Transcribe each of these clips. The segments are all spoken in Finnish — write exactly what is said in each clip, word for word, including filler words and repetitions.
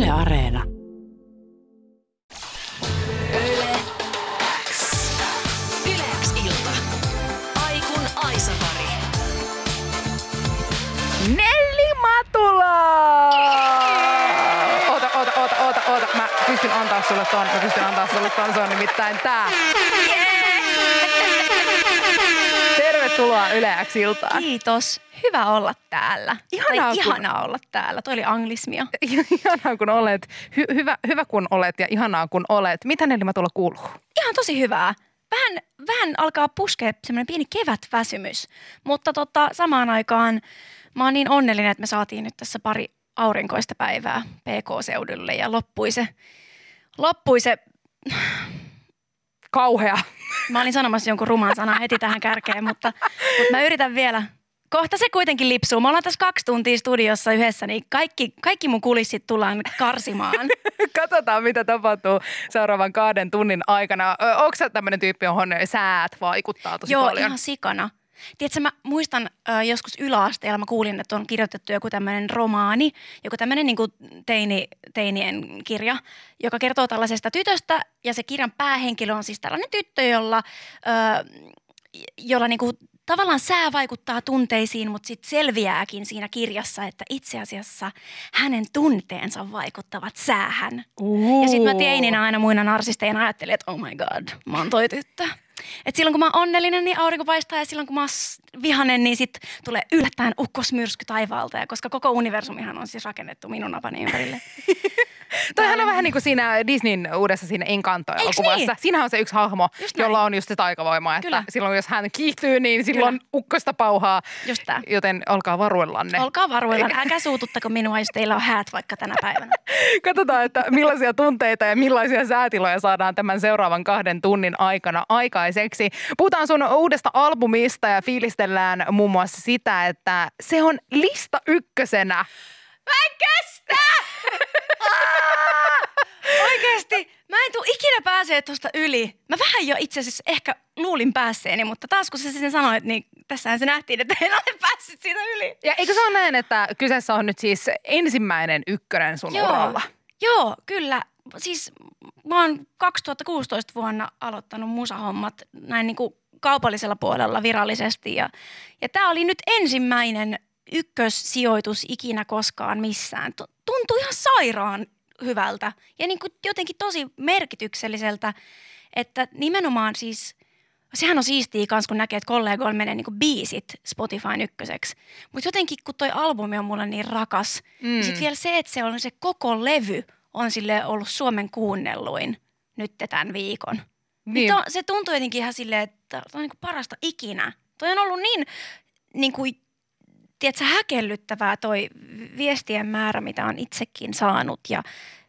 Yle Areena. Yle X. Yle X ilta. Aikun Aisa-Mari. Nelli Matula! Oota, oota, oota, oota, oota. Mä pystyn antaa sulle ton, mä pystyn antaa sulle ton, se on nimittäin tää. Tervetuloa Yle X-iltaan. Kiitos. Hyvä olla täällä. Ihanaa, tai kun... ihanaa olla täällä. Toi oli anglismia. Ihanaa kun olet. Hy- hyvä, hyvä kun olet ja ihanaa kun olet. Mitä Nelli Matula kuuluu? Ihan tosi hyvää. Vähän, vähän alkaa puskea semmoinen pieni kevätväsymys. Mutta tota, samaan aikaan mä oon niin onnellinen, että me saatiin nyt tässä pari aurinkoista päivää P K-seudulle ja loppui se, loppui se... Kauhea. Mä olin sanomassa jonkun ruman sanan heti tähän kärkeen, mutta, mutta mä yritän vielä. Kohta se kuitenkin lipsuu. Me ollaan tässä kaksi tuntia studiossa yhdessä, niin kaikki, kaikki mun kulissit tullaan karsimaan. Katsotaan, mitä tapahtuu seuraavan kahden tunnin aikana. Onko sä tämmöinen tyyppi, johon säät vaikuttaa tosi Joo, paljon? Joo, ihan sikana. Tiedätkö, mä muistan äh, joskus yläasteella, mä kuulin, että on kirjoitettu joku tämmöinen romaani, joku tämmöinen niin kuin teini, teinien kirja, joka kertoo tällaisesta tytöstä, ja se kirjan päähenkilö on siis tällainen tyttö, jolla, äh, jolla niin kuin tavallaan sää vaikuttaa tunteisiin, mutta sitten selviääkin siinä kirjassa, että itse asiassa hänen tunteensa vaikuttavat säähän. Uh. Ja sitten mä teininä aina muina narsisteina ajattelin, että oh my god, mä oon toi tyttö. Et silloin kun mä oon onnellinen, niin aurinko paistaa ja silloin kun mä oon vihanen, niin sit tulee yllättäen ukkosmyrsky taivaalta. Ja koska koko universumihan on siis rakennettu minun napani ympärille. Toihan on vähän niin kuin siinä Disneyn uudessa siinä Encanto-elokuvassa. Niin? Siinähän on se yksi hahmo, jolla on just se taikavoima, että Kyllä. silloin jos hän kiihtyy, niin silloin Kyllä. ukkosta pauhaa. Just tää. Joten olkaa varuillanne. Olkaa varuillanne. Älkää suututtako minua, jos teillä on häät vaikka tänä päivänä. Katsotaan, että millaisia tunteita ja millaisia säätiloja saadaan tämän seuraavan kahden tunnin aikana aikaiseksi. Puhutaan sun uudesta albumista ja fiilistellään muun muassa sitä, että se on lista ykkösenä. Mä en kestä! Oikeesti, mä en tuu ikinä pääsee tuosta yli. Mä vähän jo itse asiassa ehkä luulin päässeeni, mutta taas kun sä sen sanoit, niin tässähän se nähtiin, että en ole päässyt siitä yli. Ja eikö se ole näin, että kyseessä on nyt siis ensimmäinen ykkönen sun Joo. uralla? Joo, kyllä. Siis mä oon kaksituhattakuusitoista vuonna aloittanut musahommat näin niin kuin kaupallisella puolella virallisesti. Ja, ja tää oli nyt ensimmäinen ykkössijoitus ikinä koskaan missään. Tuntui ihan sairaan hyvältä ja niin kuin jotenkin tosi merkitykselliseltä, että nimenomaan siis, sehän on siistiä kans kun näkee, että kollegoilla menee niin kuin biisit Spotifyn ykköseksi. Mutta jotenkin kun toi albumi on mulle niin rakas, mm. niin sitten vielä se, että se on se koko levy on sille ollut Suomen kuunnelluin nyt tämän viikon. Niin. Niin to, se tuntuu jotenkin ihan silleen, että toi on niin kuin parasta ikinä. Toi on ollut niin, niin kuin, tiedätkö, häkellyttävää toi viestien määrä, mitä on itsekin saanut ja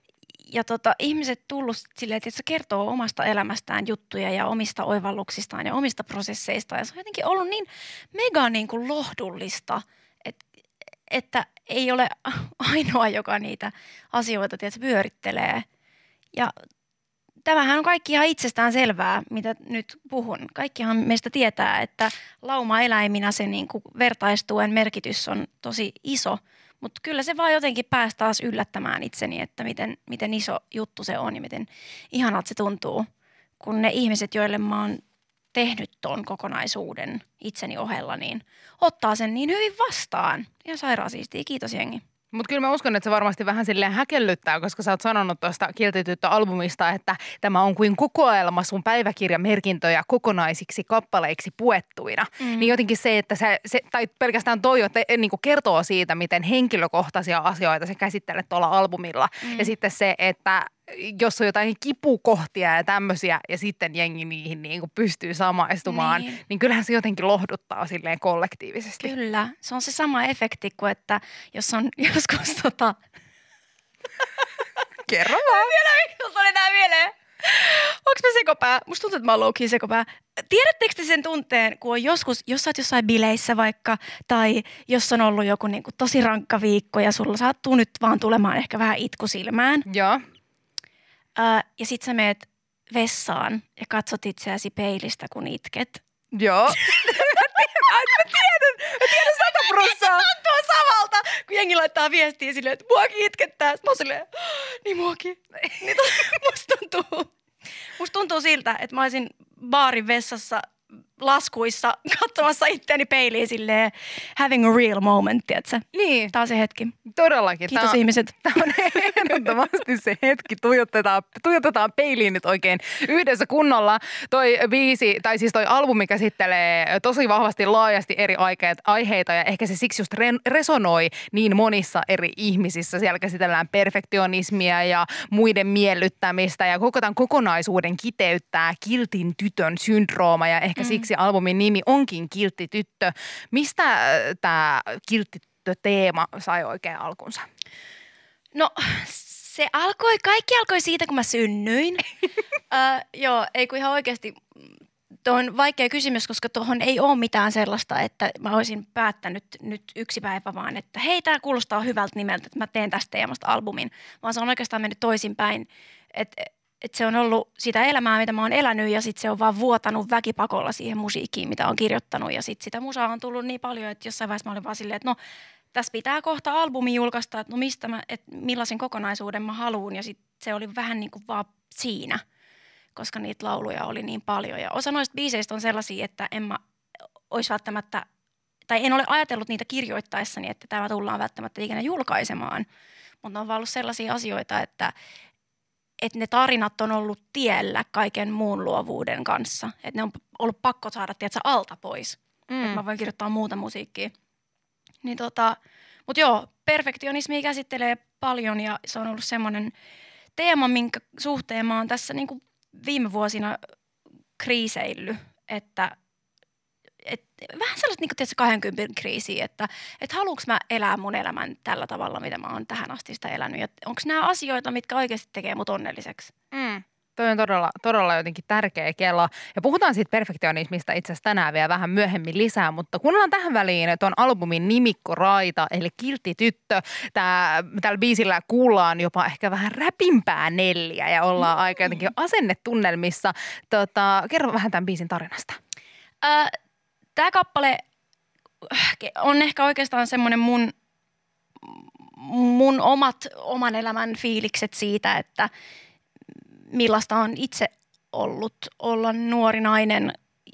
Ja tota, ihmiset tullut silleen, että se kertoo omasta elämästään juttuja ja omista oivalluksistaan ja omista prosesseistaan. Ja se on jotenkin ollut niin mega niin kuin lohdullista, että, että ei ole ainoa, joka niitä asioita tiedätkö, pyörittelee. Ja tämähän on kaikki ihan itsestään selvää, mitä nyt puhun. Kaikkihan meistä tietää, että lauma-eläiminä se niin kuin vertaistuen merkitys on tosi iso. Mutta kyllä se vaan jotenkin pääsi taas yllättämään itseni, että miten, miten iso juttu se on ja miten ihanalta se tuntuu, kun ne ihmiset, joille mä oon tehnyt ton kokonaisuuden itseni ohella, niin ottaa sen niin hyvin vastaan. Ihan sairaan siistiä. Kiitos jengi. Mutta kyllä mä uskon, että se varmasti vähän silleen häkellyttää, koska sä oot sanonut tuosta Kiltityttö-albumista, että tämä on kuin kokoelma sun päiväkirjamerkintöjä kokonaisiksi kappaleiksi puettuina. Mm. Niin jotenkin se, että se, se tai pelkästään toi, että niin kuin kertoo siitä, miten henkilökohtaisia asioita sä käsittelet tuolla albumilla. Mm. Ja sitten se, että jos on jotain kipukohtia ja tämmöisiä ja sitten jengi niihin niin kuin pystyy samaistumaan, niin. niin kyllähän se jotenkin lohduttaa silleen kollektiivisesti. Kyllä. Se on se sama efekti kuin, että jos on joskus tota... Kerro vaan. Vielä, miksi tuli tää mieleen? Onks mä sekopää? Musta tuntuu, että mä oon low-key sekopää. Tiedättekö te sen tunteen, kun on joskus, jos sä oot jossain bileissä vaikka, tai jos on ollut joku niin kuin tosi rankka viikko ja sulla saattuu nyt vaan tulemaan ehkä vähän itku silmään. Joo. Ää, ja sit sä meet vessaan ja katsot itseäsi peilistä, kun itket. Joo. Mä tiedän, mä tiedän sata prossaa. Tuntuu samalta, kun jengi laittaa viestiä silleen, että muakin itkettää. Sitten mä oon silleen, niin muakin. Niin to, musta tuntuu. Musta tuntuu siltä, että mä olisin baarin vessassa laskuissa katsomassa itseäni peiliin silleen having a real moment, tietsä? Niin. Tää on se hetki. Todellakin. Kiitos Tämä on, ihmiset. Tämä on ehdottomasti se hetki. Tuijotetaan, tuijotetaan peiliin nyt oikein yhdessä kunnolla. Toi biisi, tai siis toi albumi käsittelee tosi vahvasti laajasti eri aiheita ja ehkä se siksi just resonoi niin monissa eri ihmisissä. Siellä käsitellään perfektionismia ja muiden miellyttämistä ja koko tämän kokonaisuuden kiteyttää kiltin tytön syndrooma ja ehkä mm. siksi albumin nimi onkin Kiltti tyttö. Mistä tämä kiltti teema sai oikein alkunsa? No se alkoi, kaikki alkoi siitä, kun mä synnyin. uh, joo, ei kun ihan oikeasti, tuo on vaikea kysymys, koska tuohon ei ole mitään sellaista, että mä olisin päättänyt nyt yksi päivä vaan, että hei, tää kuulostaa hyvältä nimeltä, että mä teen tästä teemasta albumin. Vaan se on oikeastaan mennyt toisinpäin, että et se on ollut sitä elämää, mitä mä oon elänyt ja sitten se on vaan vuotanut väkipakolla siihen musiikkiin, mitä on kirjoittanut. Ja sitten sitä musaa on tullut niin paljon, että jossain vaiheessa mä olin vaan silleen, että no tässä pitää kohta albumi julkaista, että no mistä mä, että millaisen kokonaisuuden mä haluun. Ja sitten se oli vähän niin kuin vaan siinä, koska niitä lauluja oli niin paljon. Ja osa noista biiseistä on sellaisia, että en mä olisi välttämättä, tai en ole ajatellut niitä kirjoittaessani, että tämä tullaan välttämättä ikinä julkaisemaan. Mutta ne on vaan ollut sellaisia asioita, että että ne tarinat on ollut tiellä kaiken muun luovuuden kanssa. Että ne on ollut pakko saada, tiedätkö, alta pois. Mm. Että mä voin kirjoittaa muuta musiikkia. Niin tota, mutta joo, perfektionismia käsittelee paljon ja se on ollut semmoinen teema, minkä suhteen mä oon tässä niinku viime vuosina kriiseillyt. Että et, vähän sellaista niinku, tiedätkö, kahdenkymmenen kriisiä, että et haluanko mä elää mun elämän tällä tavalla, mitä mä oon tähän asti sitä elänyt. Ja onko nämä asioita, mitkä oikeasti tekee mut onnelliseksi? Mm. Toi on todella, todella jotenkin tärkeä kela. Ja puhutaan siitä perfektionismista itse asiassa tänään vielä vähän myöhemmin lisää, mutta kuunnellaan tähän väliin tuon albumin nimikko Raita, eli Kiltti tyttö. Tää, tällä biisillä kuullaan jopa ehkä vähän räpimpää Nelliä ja ollaan mm. aika jotenkin asennetunnelmissa. Tota, kerro vähän tämän biisin tarinasta. Äh, Tämä kappale on ehkä oikeastaan semmoinen mun, mun omat, oman elämän fiilikset siitä, että millaista on itse ollut olla nuori nainen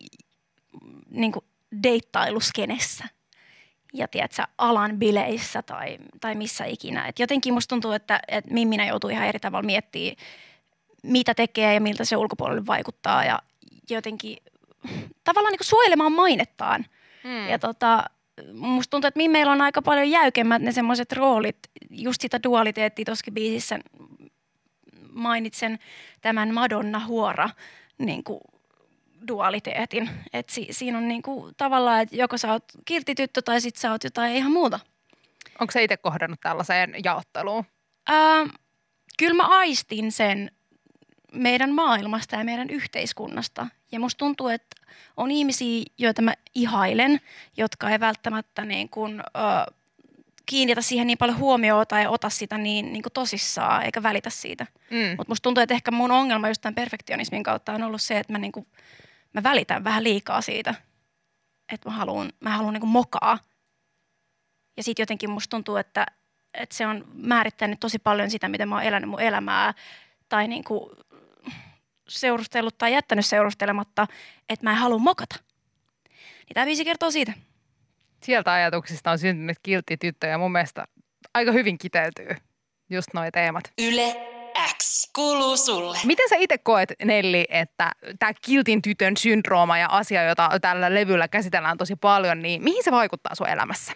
niin kuin deittailuskenessä ja tiedätkö, alan bileissä tai, tai missä ikinä. Et jotenkin musta tuntuu, että, että Mimminä joutuu ihan eri tavalla miettimään, mitä tekee ja miltä se ulkopuolelle vaikuttaa ja jotenkin tavallaan niin kuin suojelemaan mainettaan. Hmm. Ja tota, musta tuntuu, että meillä on aika paljon jäykemmät ne semmoiset roolit. Just sitä dualiteettia tuossakin biisissä mainitsen tämän Madonna-huora niin kuin dualiteetin. Että si- siinä on niin kuin tavallaan, että joko sä oot kiltti tyttö tai sit sä oot jotain ihan muuta. Onko sä itse kohdannut tällaiseen jaotteluun? Ää, kyllä mä aistin sen meidän maailmasta ja meidän yhteiskunnasta. Ja musta tuntuu, että on ihmisiä, joita mä ihailen, jotka ei välttämättä niin kuin, ö, kiinnitä siihen niin paljon huomioon tai ota sitä niin, niin kuin tosissaan eikä välitä siitä. Mm. Mutta musta tuntuu, että ehkä mun ongelma just tämän perfektionismin kautta on ollut se, että mä, niin kuin, mä välitän vähän liikaa siitä. Että mä haluan, mä haluan niin kuin mokaa. Ja sitten jotenkin musta tuntuu, että, että se on määrittänyt tosi paljon sitä, miten mä oon elänyt mun elämää. Tai niin kuin seurustellut tai jättänyt seurustelematta, että mä en halua mokata. Niin tämä biisi kertoo siitä. Sieltä ajatuksista on syntynyt Kiltti tyttö ja mun mielestä aika hyvin kiteytyy just noi teemat. Yle X kuuluu sulle. Miten sä itse koet, Nelli, että tämä kiltin tytön syndrooma ja asia, jota tällä levyllä käsitellään tosi paljon, niin mihin se vaikuttaa sun elämässä?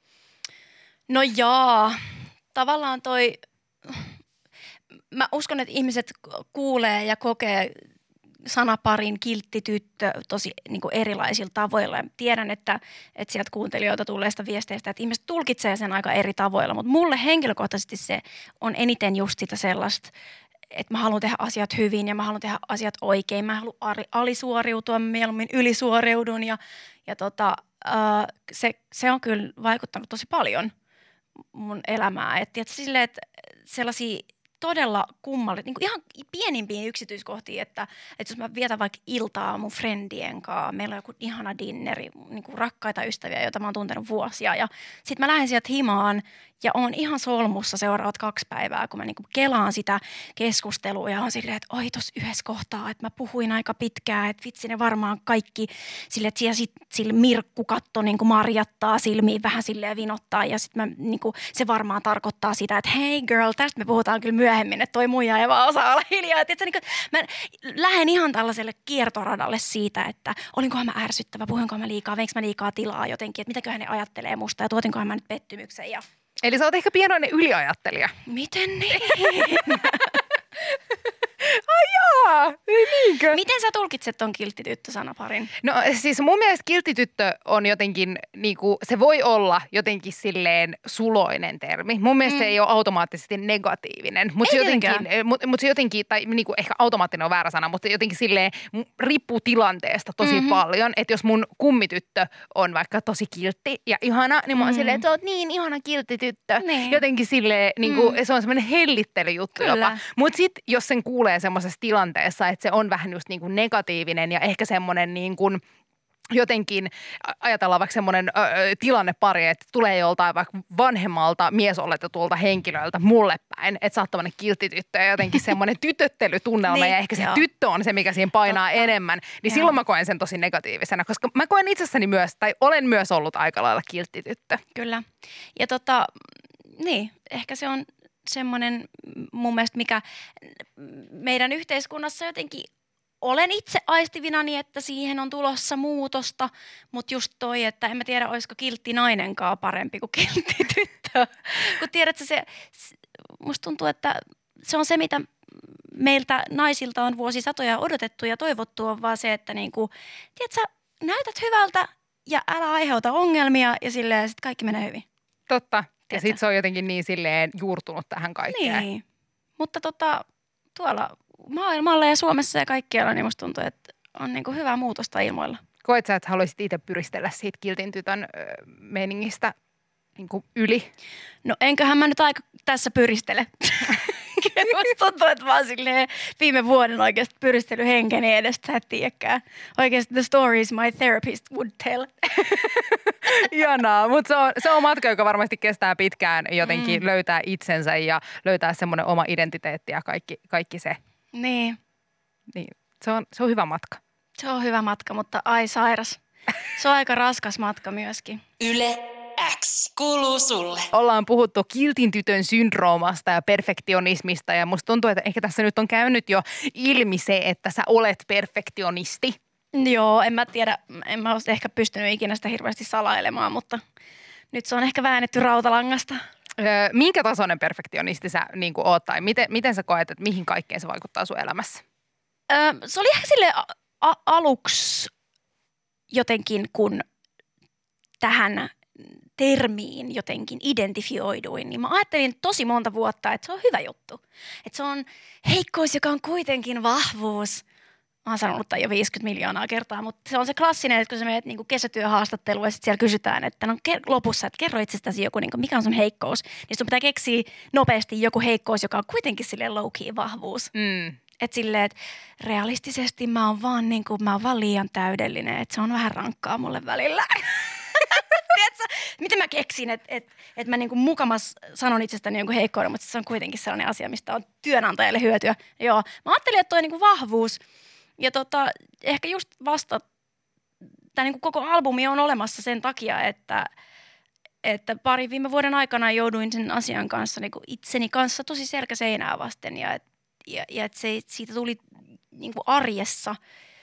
No jaa, tavallaan toi, mä uskon, että ihmiset kuulee ja kokee sanaparin kiltti tyttö tosi niin kuin erilaisilla tavoilla. Ja tiedän, että, että sieltä kuuntelijoilta tulleista viesteistä, että ihmiset tulkitsee sen aika eri tavoilla, mutta mulle henkilökohtaisesti se on eniten just sitä sellaista, että mä haluan tehdä asiat hyvin ja mä haluan tehdä asiat oikein. Mä haluan alisuoriutua, mä mieluummin ylisuoriudun ja, ja tota, äh, se, se on kyllä vaikuttanut tosi paljon mun elämää. Että et silleen, että sellaisia todella kummallinen, niin kuin ihan pienimpiin yksityiskohtiin, että, että jos mä vietän vaikka iltaa mun friendien kanssa, meillä on joku ihana dinneri, niin kuin rakkaita ystäviä, joita mä oon tuntenut vuosia ja sit mä lähden sieltä himaan ja oon ihan solmussa seuraavat kaksi päivää, kun mä niin kuin kelaan sitä keskustelua ja on silleen, että oi tossa yhdessä kohtaa, että mä puhuin aika pitkään, että vitsi ne varmaan kaikki silleen, että siellä sit sille Mirkku katto niin kuin marjattaa silmiin vähän silleen vinottaa ja sit mä niin kuin, se varmaan tarkoittaa sitä, että hei girl, tästä me puhutaan kyllä myöhemmin, että toi muija ei vaan osaa olla hiljaa. Et, et sä, niin kuin, mä lähden ihan tällaiselle kiertoradalle siitä, että olinkohan mä ärsyttävä, puhuinkohan mä liikaa, veinkö mä liikaa tilaa jotenkin, että mitäköhän ne ajattelee musta ja tuotinkohan mä nyt pettymyksen ja Eli sä oot ehkä pienoinen yliajattelija. miten niin? Ai jaa, niinkö? Miten sä tulkitset ton kilttityttö-sanaparin? No siis mun mielestä kilttityttö on jotenkin, niinku, se voi olla jotenkin silleen suloinen termi. Mun mielestä mm. se ei ole automaattisesti negatiivinen. Mutta se jotenkin, mut, mut se jotenkin, tai niinku ehkä automaattinen on väärä sana, mutta jotenkin silleen riippuu tilanteesta tosi mm-hmm. paljon. Että jos mun kummityttö on vaikka tosi kiltti ja ihana, niin mä oon mm. silleen, että oot niin ihana kilttityttö. Niin. Jotenkin silleen, niinku, mm. se on semmoinen hellittelyjuttu jopa. Mutta sit jos sen kuulee semmoisessa tilanteessa, että se on vähän just niin kuin negatiivinen ja ehkä semmoinen niin kuin jotenkin, ajatellaan vaikka semmoinen ö, tilannepari, että tulee joltain vaikka vanhemmalta miesoletetulta henkilöltä mulle päin, että sä oot tämmöinen kilttityttö ja jotenkin semmoinen tytöttelytunnelma niin, ja ehkä se joo. tyttö on se, mikä siinä painaa Totta. enemmän, niin joo. silloin mä koen sen tosi negatiivisena, koska mä koen itsessäni myös, tai olen myös ollut aika lailla kilttityttö. Kyllä. Ja tota, niin, ehkä se on semmoinen mun mielestä, mikä meidän yhteiskunnassa jotenkin olen itse aistivinani, että siihen on tulossa muutosta, mutta just toi, että en mä tiedä, olisiko kiltti nainenkaan parempi kuin kiltti tyttö. Kun tiedätkö, se, musta tuntuu, että se on se, mitä meiltä naisilta on vuosisatoja odotettu ja toivottu, on vaan se, että niinku, tiedätkö, näytät hyvältä ja älä aiheuta ongelmia ja silleen sit kaikki menee hyvin. Totta. Ja sitten se on jotenkin niin silleen juurtunut tähän kaikkeen. Niin, mutta tota, tuolla maailmalla ja Suomessa ja kaikkialla niin musta tuntuu, että on niinku hyvää muutosta ilmoilla. Koet sä, että haluaisit itse pyristellä siitä kiltin tytön ö, meiningistä niin kuin yli? No enköhän mä nyt aika tässä pyristele. Musta tuntuu, että mä oon silleen viime vuoden oikeasti pyristelyhenkeni edestä, sä et tiedäkään. Oikeasti the stories my therapist would tell. Ihanaa, mutta se on, se on matka, joka varmasti kestää pitkään jotenkin mm. löytää itsensä ja löytää semmoinen oma identiteetti ja kaikki, kaikki se. Niin. Niin, se on, se on hyvä matka. Se on hyvä matka, mutta ai sairas. Se on aika raskas matka myöskin. Yle X kuuluu sulle. Ollaan puhuttu kiltin tytön syndroomasta ja perfektionismista ja musta tuntuu, että ehkä tässä nyt on käynyt jo ilmi se, että sä olet perfektionisti. Joo, en mä tiedä, en mä olisi ehkä pystynyt ikinä sitä hirveästi salailemaan, mutta nyt se on ehkä väännetty rautalangasta. Öö, minkä tasoinen perfektionisti sä niin kuin oot tai miten, miten sä koet, että mihin kaikkeen se vaikuttaa sun elämässä? Öö, se oli ehkä silleen a- a- aluksi jotenkin, kun tähän termiin jotenkin identifioiduin, niin mä ajattelin tosi monta vuotta, että se on hyvä juttu. Että se on heikkous, joka on kuitenkin vahvuus. Mä oon sanonut tämän jo viisikymmentä miljoonaa kertaa, mutta se on se klassinen, että kun sä menet niinku kesätyöhaastatteluun ja sitten siellä kysytään, että no lopussa, että kerro itsestäsi joku, niinku, mikä on sun heikkous, niin sun pitää keksiä nopeasti joku heikkous, joka on kuitenkin silleen low-key vahvuus. Mm. Että silleen, että realistisesti mä oon vaan, niinku, mä oon vaan liian täydellinen, että se on vähän rankkaa mulle välillä. Tiedätkö, miten mä keksin, että et, et mä niinku mukamas sanon itsestäni jonkun heikkouden, mutta se on kuitenkin sellainen asia, mistä on työnantajalle hyötyä. Joo, mä ajattelin, että toi niinku vahvuus. Ja tota, ehkä just vasta, tämä niinku koko albumi on olemassa sen takia, että, että pari viime vuoden aikana jouduin sen asian kanssa niinku itseni kanssa tosi selkäseinää vasten. Ja, ja, ja että se, siitä tuli niinku arjessa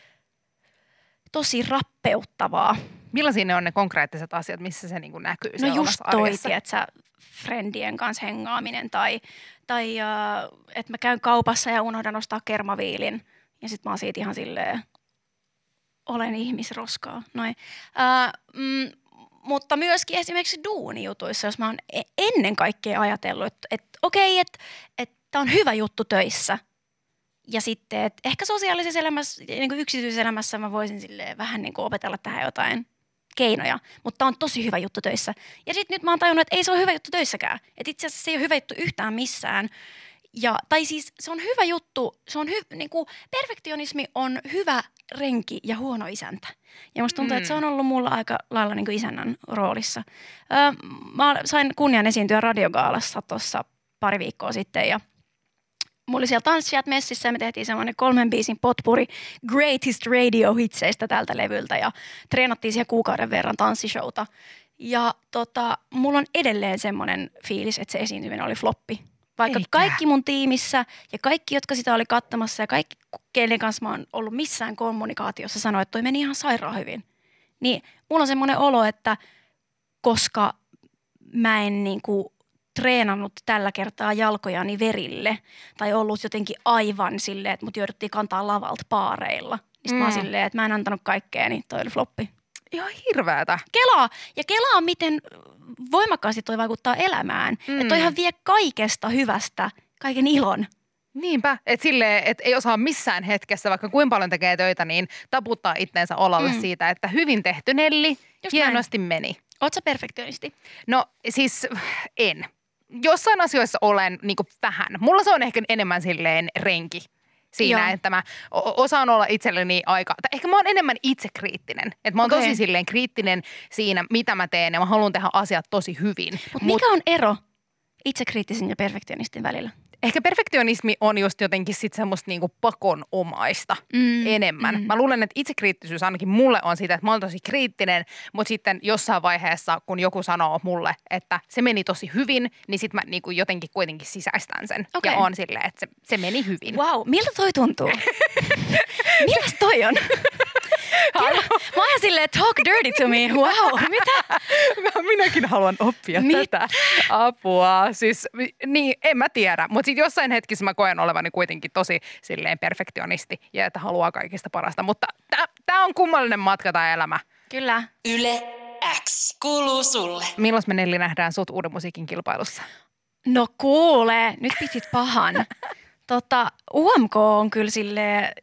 tosi rappeuttavaa. Millaisia ne on ne konkreettiset asiat, missä se niinku näkyy no just toi, tiedätkö, friendien kanssa hengaaminen tai, tai uh, että mä käyn kaupassa ja unohdan ostaa kermaviilin. Ja sit mä oon siitä ihan silleen, olen ihmisroskaa. Noin. Ää, mm, mutta myöskin esimerkiksi duunijutuissa, jos mä oon ennen kaikkea ajatellut, että et, okei, että et, tää on hyvä juttu töissä. Ja sitten, että ehkä sosiaalisessa elämässä, niin kuin yksityisessä elämässä mä voisin silleen vähän niin kuin opetella tähän jotain keinoja. Mutta tää on tosi hyvä juttu töissä. Ja sit nyt mä oon tajunnut, että ei se ole hyvä juttu töissäkään. Että itse asiassa se ei ole hyvä juttu yhtään missään. Ja, tai siis se on hyvä juttu, se on hy, niin kuin, perfektionismi on hyvä renki ja huono isäntä. Ja musta tuntuu, mm. että se on ollut mulla aika lailla niin kuin isännän roolissa. Öö, mä sain kunnian esiintyä radiogaalassa tuossa pari viikkoa sitten ja mulla oli siellä tanssijat messissä ja me tehtiin semmoinen kolmen biisin potpuri Greatest Radio-hitseistä tältä levyltä ja treenattiin siellä kuukauden verran tanssishowta. Ja tota, mulla on edelleen semmoinen fiilis, että se esiintyminen oli floppi. Vaikka Eikä. kaikki mun tiimissä ja kaikki, jotka sitä oli kattamassa ja kaikki, keiden kanssa mä oon ollut missään kommunikaatiossa, sanoi, että toi meni ihan sairaan hyvin. Niin mulla on semmoinen olo, että koska mä en niinku treenannut tällä kertaa jalkojani verille tai ollut jotenkin aivan silleen, että mut jouduttiin kantaa lavalta paareilla. Niin mm. mä oon silleen, että mä en antanut kaikkea, niin toi oli floppi. Ihan hirveätä. Kelaa. Ja kelaa, miten voimakkaasti toi vaikuttaa elämään. Mm. Että toihan vie kaikesta hyvästä, kaiken ilon. Niinpä, että silleen, että ei osaa missään hetkessä, vaikka kuinka paljon tekee töitä, niin taputtaa itteensä olalle mm. siitä, että hyvin tehty Nelli, Just hienosti näin. Meni. Oot sä perfektionisti? No siis en. Jossain asioissa olen niin kuin vähän. Mulla se on ehkä enemmän silleen renki. Siinä, Joo. että mä osaan olla itselleni aika, tai ehkä mä oon enemmän itsekriittinen. Että mä oon okay. tosi silleen kriittinen siinä, mitä mä teen ja mä haluan tehdä asiat tosi hyvin. Mutta Mut, mikä on ero itsekriittisen ja perfektionistin välillä? Ehkä perfektionismi on just jotenkin sit semmoista niinku pakonomaista mm, enemmän. Mm. Mä luulen, että itsekriittisyys ainakin mulle on siitä, että mä oon tosi kriittinen, mutta sitten jossain vaiheessa, kun joku sanoo mulle, että se meni tosi hyvin, niin sit mä niinku jotenkin kuitenkin sisäistän sen. Okay. Ja on silleen, että se, se meni hyvin. Wow, miltä toi tuntuu? Millaista toi on? Kerro, mä oon silleen, talk dirty to me. Wow, mitä? Minäkin haluan oppia Mit? tätä apua. Siis, niin, en mä tiedä. Mutta sitten jossain hetkessä mä koen olevani kuitenkin tosi silleen perfektionisti ja että haluaa kaikista parasta. Mutta tää on kummallinen matka tää elämä. Kyllä. Yle X kuuluu sulle. Milloin me Nelli nähdään sut uuden musiikin kilpailussa? No kuule, nyt pitit pahan. tota, U M K on kyllä silleen...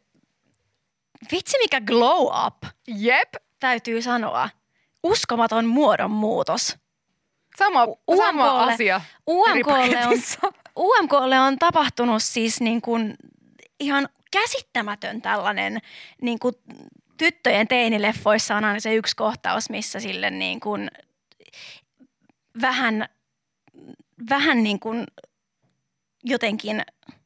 Vitsi mikä glow up. Jep. Täytyy sanoa. Uskomaton muodonmuutos. Sama, sama asia. U M K:lle on, U M K:lle on tapahtunut siis niin kuin ihan käsittämätön tällainen niin kuin tyttöjen teinileffoissa on aina se yksi kohtaus, missä sille niin kuin vähän, vähän niin kuin jotenkin...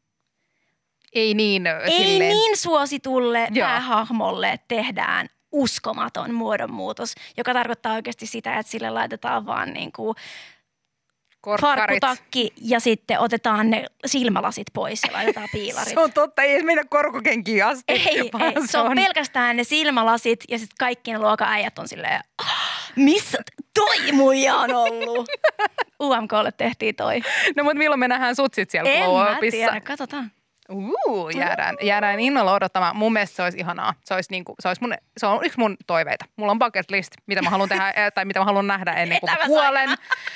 Ei niin, Ei silleen. niin suositulle Joo. päähahmolle tehdään uskomaton muodonmuutos, joka tarkoittaa oikeasti sitä, että sille laitetaan vaan niin kuin farkkutakki ja sitten otetaan ne silmälasit pois ja laitetaan piilarit. Se on totta, ei edes mennä korkokenkiin asti. Ei, ei se, se on, on pelkästään ne silmälasit ja sitten kaikki ne luokan-äijät on silleen, missä toi muija on ollut? U M K:lle tehtiin toi. No mutta milloin me nähdään sut sit siellä en Glow Upissa? En mä tiedä, katsotaan. Uu, jäädään, jäädään innolla odottamaan. Mun mielestä se olisi ihanaa. Se, olisi niinku, se, olisi mun, se on yksi mun toiveita. Mulla on bucket list, mitä mä haluan tehdä tai mitä mä haluan nähdä ennen kuin mä kuolen.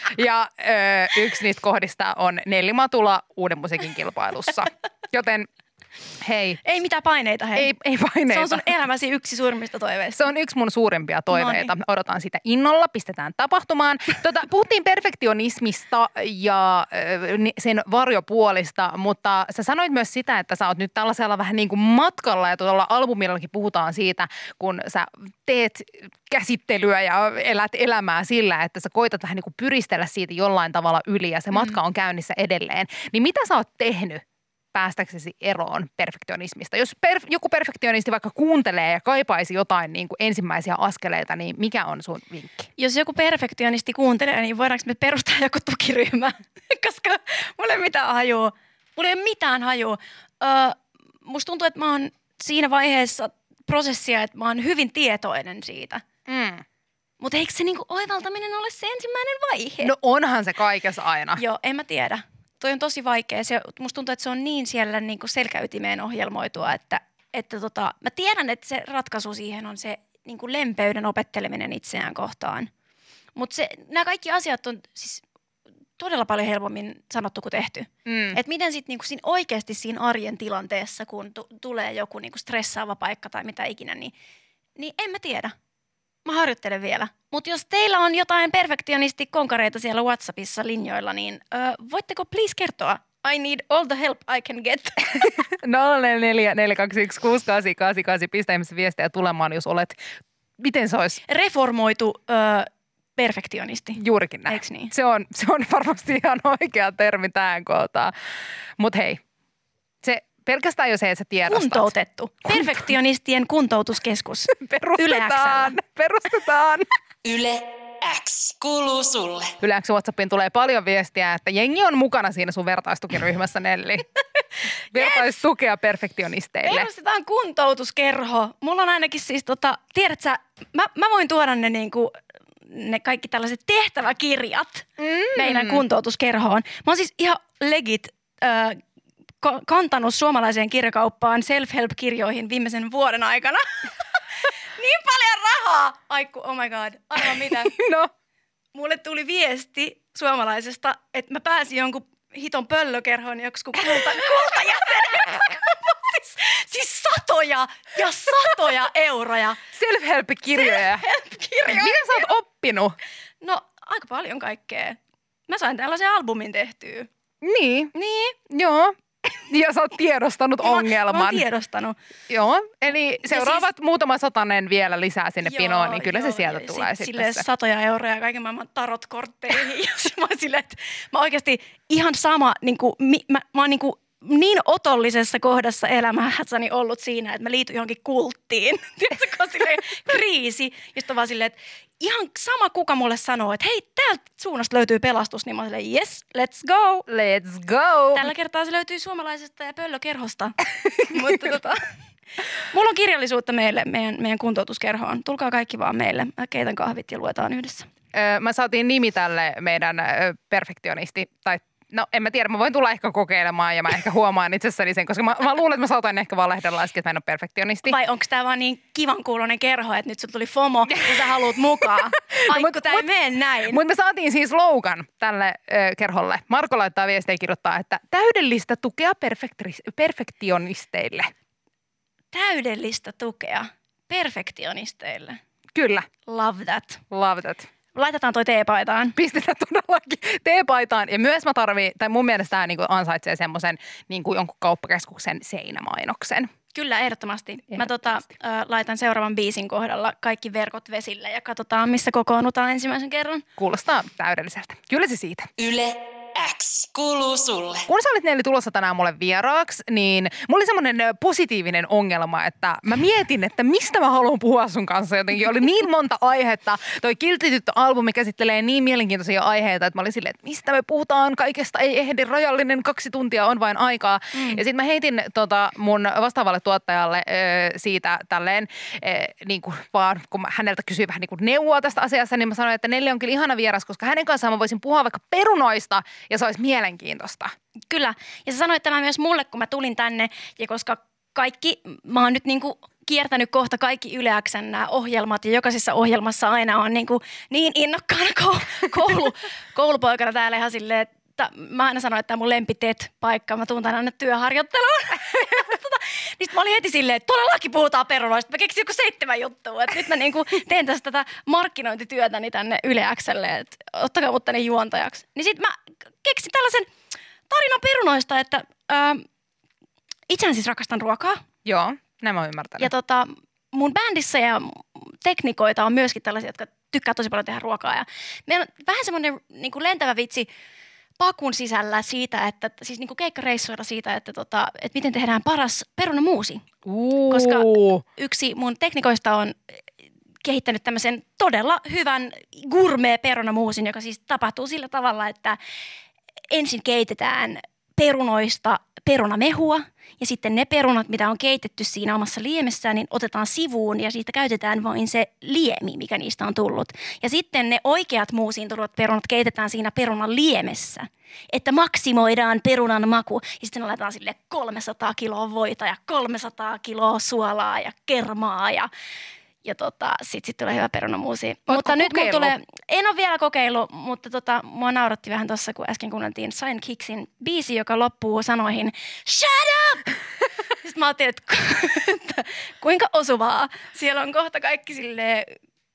Ja ö, yksi niistä kohdista on Nelli Matula uuden musiikin kilpailussa. Joten hei. Ei mitään paineita, hei. Ei, ei paineita. Se on sun elämäsi yksi suurimmista toiveista. Se on yksi mun suurimpia toiveita. Noniin. Odotan sitä innolla, pistetään tapahtumaan. Tota, puhuttiin perfektionismista ja sen varjopuolista, mutta sä sanoit myös sitä, että sä oot nyt tällaisella vähän niin kuin matkalla ja tuolla albumillakin puhutaan siitä, kun sä teet käsittelyä ja elät elämää sillä, että sä koitat vähän niin kuin pyristellä siitä jollain tavalla yli ja se matka on käynnissä edelleen. Niin mitä sä oot tehnyt päästäksesi eroon perfektionismista? Jos per, joku perfektionisti vaikka kuuntelee ja kaipaisi jotain niin kuin ensimmäisiä askeleita, niin mikä on sun vinkki? Jos joku perfektionisti kuuntelee, niin voidaanko me perustaa joku tukiryhmä? Koska mulla ei mitään hajua. Mulla ei ole mitään hajua. Öö, musta tuntuu, että mä oon siinä vaiheessa prosessia, että mä oon hyvin tietoinen siitä. Mm. Mutta eikö se niinku oivaltaminen ole se ensimmäinen vaihe? No onhan se kaikessa aina. Joo, en mä tiedä. Toi on tosi vaikea. Se, musta tuntuu, että se on niin siellä niin kuin selkäytimeen ohjelmoitua, että, että tota, mä tiedän, että se ratkaisu siihen on se niin kuin lempeyden opetteleminen itseään kohtaan. Mutta nämä kaikki asiat on siis todella paljon helpommin sanottu kuin tehty. Mm. Että miten sitten niin kuin siinä oikeasti siinä arjen tilanteessa, kun t- tulee joku niin kuin stressaava paikka tai mitä ikinä, niin, niin en mä tiedä. Mä harjoittelen vielä. Mutta jos teillä on jotain perfektionisti-konkareita siellä WhatsAppissa linjoilla, niin ö, voitteko please kertoa, I need all the help I can get. nolla neljä neljä neljä kaksi yksi kuusi kahdeksan kahdeksan kahdeksan pistä ihmeessä viestejä tulemaan, jos olet, miten se olisi? Reformoitu ö, perfektionisti. Juurikin näin. Eiks niin? Se on, se on varmasti ihan oikea termi tähän kohtaan. Mutta hei, se pelkästään jo se, että sä tiedostat. Kuntoutettu. Perfektionistien kuntoutuskeskus. Perustetaan. Perustetaan. Yle X kuuluu sulle. Yle X WhatsAppiin tulee paljon viestiä, että jengi on mukana siinä sun vertaistukiryhmässä, Nelli. Vertaistukea perfektionisteille. Perustetaan kuntoutuskerho. Mulla on ainakin siis tota, tiedät sä, mä, mä voin tuoda ne niinku, ne kaikki tällaiset tehtäväkirjat mm. meidän kuntoutuskerhoon. Mä oon siis ihan legit äh, kantanut suomalaiseen kirjakauppaan self-help-kirjoihin viimeisen vuoden aikana. Niin paljon rahaa! Aiku, oh my god. Arvaa mitä? No. Mulle tuli viesti suomalaisesta, että mä pääsin jonkun hiton pöllökerhoon joksikin kulta, kultajäseneksi. siis, siis satoja ja satoja euroja. Self-help-kirjoja. Self-help-kirjoja. Mitä sä oot oppinut? No aika paljon kaikkea. Mä sain tällaisen albumin tehtyä. Niin. Niin. Joo. Ja sä oot tiedostanut Mä, ongelman. mä oon tiedostanut. Joo, eli seuraavat siis, muutama satanen vielä lisää sinne joo, pinoon, niin kyllä joo, se sieltä ja tulee sit, sitten se. Satoja euroja kaiken maailman tarotkortteihin. Ja sit mä oon silleen, että mä oikeasti ihan sama, niin kuin, mä, mä oon niin kuin niin otollisessa kohdassa elämässäni ollut siinä, että mä liityn johonkin kulttiin. Tiedätkö, kun on silleen kriisi. Ja sitten vaan silleen, että ihan sama kuka mulle sanoo, että hei, täältä suunnasta löytyy pelastus, niin mä oon silleen, yes, let's go. Let's go. Tällä kertaa se löytyy suomalaisesta ja pöllökerhosta. Mutta tota, mulla on kirjallisuutta meille, meidän, meidän kuntoutuskerhoon. Tulkaa kaikki vaan meille. Mä keitän kahvit ja luetaan yhdessä. Öö, mä saatiin nimi tälle meidän öö, perfektionisti, tai no en mä tiedä, mä voin tulla ehkä kokeilemaan ja mä ehkä huomaan itsessäni sen, koska mä, mä luulen, että mä saatoin ehkä vaan lehdellä laskea, että mä en ole perfektionisti. Vai onko tää vaan niin kivan kuuloinen kerho, että nyt sulla tuli FOMO ja sä haluat mukaan? Ai no, kun tää ei mene näin. Mutta me saatiin siis slogan tälle ö, kerholle. Marko laittaa viestiä ja kirjoittaa, että täydellistä tukea perfekti- perfektionisteille. Täydellistä tukea perfektionisteille. Kyllä. Love that. Love that. Laitetaan toi teepaitaan. Pistetään todellakin teepaitaan. Ja myös mä tarviin, tai mun mielestä tämä niinku ansaitsee semmoisen niinku jonkun kauppakeskuksen seinämainoksen. Kyllä, ehdottomasti. ehdottomasti. Mä tota, äh, laitan seuraavan biisin kohdalla kaikki verkot vesille ja katsotaan, missä kokoonnutaan ensimmäisen kerran. Kuulostaa täydelliseltä. Kyllä se siitä. Yle X kuuluu sulle. Kun sä olit Nelli tulossa tänään mulle vieraaksi, niin mulla oli semmoinen positiivinen ongelma, että mä mietin, että mistä mä haluan puhua sun kanssa. Jotenkin oli niin monta aihetta. Toi Kiltti tyttö-albumi käsittelee niin mielenkiintoisia aiheita, että mä olin silleen, että mistä me puhutaan kaikesta. Ei ehdi, rajallinen kaksi tuntia on vain aikaa. Mm. Ja sitten mä heitin tota mun vastaavalle tuottajalle ö, siitä tälleen, ö, niin kuin vaan kun mä häneltä kysyin vähän niin kuin neuvoa tästä asiasta, niin mä sanoin, että Nelli on kyllä ihana vieras, koska hänen kanssaan mä voisin puhua vaikka perunoista ja se olisi mielenkiintoista. Kyllä. Ja sä sanoit tämä myös mulle, kun mä tulin tänne. Ja koska kaikki, mä oon nyt niinku kiertänyt kohta kaikki Yle X:n nämä ohjelmat. Ja jokaisessa ohjelmassa aina on niinku niin innokkaana koulu, koulupoikana täällä ihan silleen, että mä aina sanoin, että tämä on mun lempi T E T-paikka. Mä tuun tänne aina työharjoitteluun. tota, niin mä olin heti silleen, että todellakin puhutaan perunoista. Mä keksin joku seitsemän juttua. Et nyt mä niinku teen tästä tätä markkinointityötäni tänne Yle X:lle, että ottakaa mut tänne juontajaksi. Niin sit mä keksin tällaisen tarinan perunoista, että ää, itsehän siis rakastan ruokaa. Joo, nämä on ymmärtänyt. Ja tota, mun bändissä ja teknikoita on myöskin tällaisia, jotka tykkää tosi paljon tehdä ruokaa. Ja meillä on vähän semmoinen niin kuin lentävä vitsi pakun sisällä siitä, että siis niin kuin keikkareissuilla siitä, että, tota, että miten tehdään paras perunamuusi. Uu. Koska yksi mun teknikoista on kehittänyt tämmöisen todella hyvän gourmet-perunamuusin, joka siis tapahtuu sillä tavalla, että ensin keitetään perunoista perunamehua ja sitten ne perunat, mitä on keitetty siinä omassa liemessään, niin otetaan sivuun ja siitä käytetään vain se liemi, mikä niistä on tullut. Ja sitten ne oikeat muusiin tulevat perunat keitetään siinä perunan liemessä, että maksimoidaan perunan maku. Ja sitten laitetaan sille kolmesataa kiloa voita ja kolmesataa kiloa suolaa ja kermaa ja Ja tota, sit, sit tulee hyvä perunamuusi. Ootko Mutta nyt mun kokeillut? tulee, en ole vielä kokeillut, mutta tota, mua nauratti vähän tuossa, kun äsken kuunneltiin Sign Kicksin biisi, joka loppuu sanoihin shut up! Sitten mä ajattelin, että, että kuinka osuvaa. Siellä on kohta kaikki silleen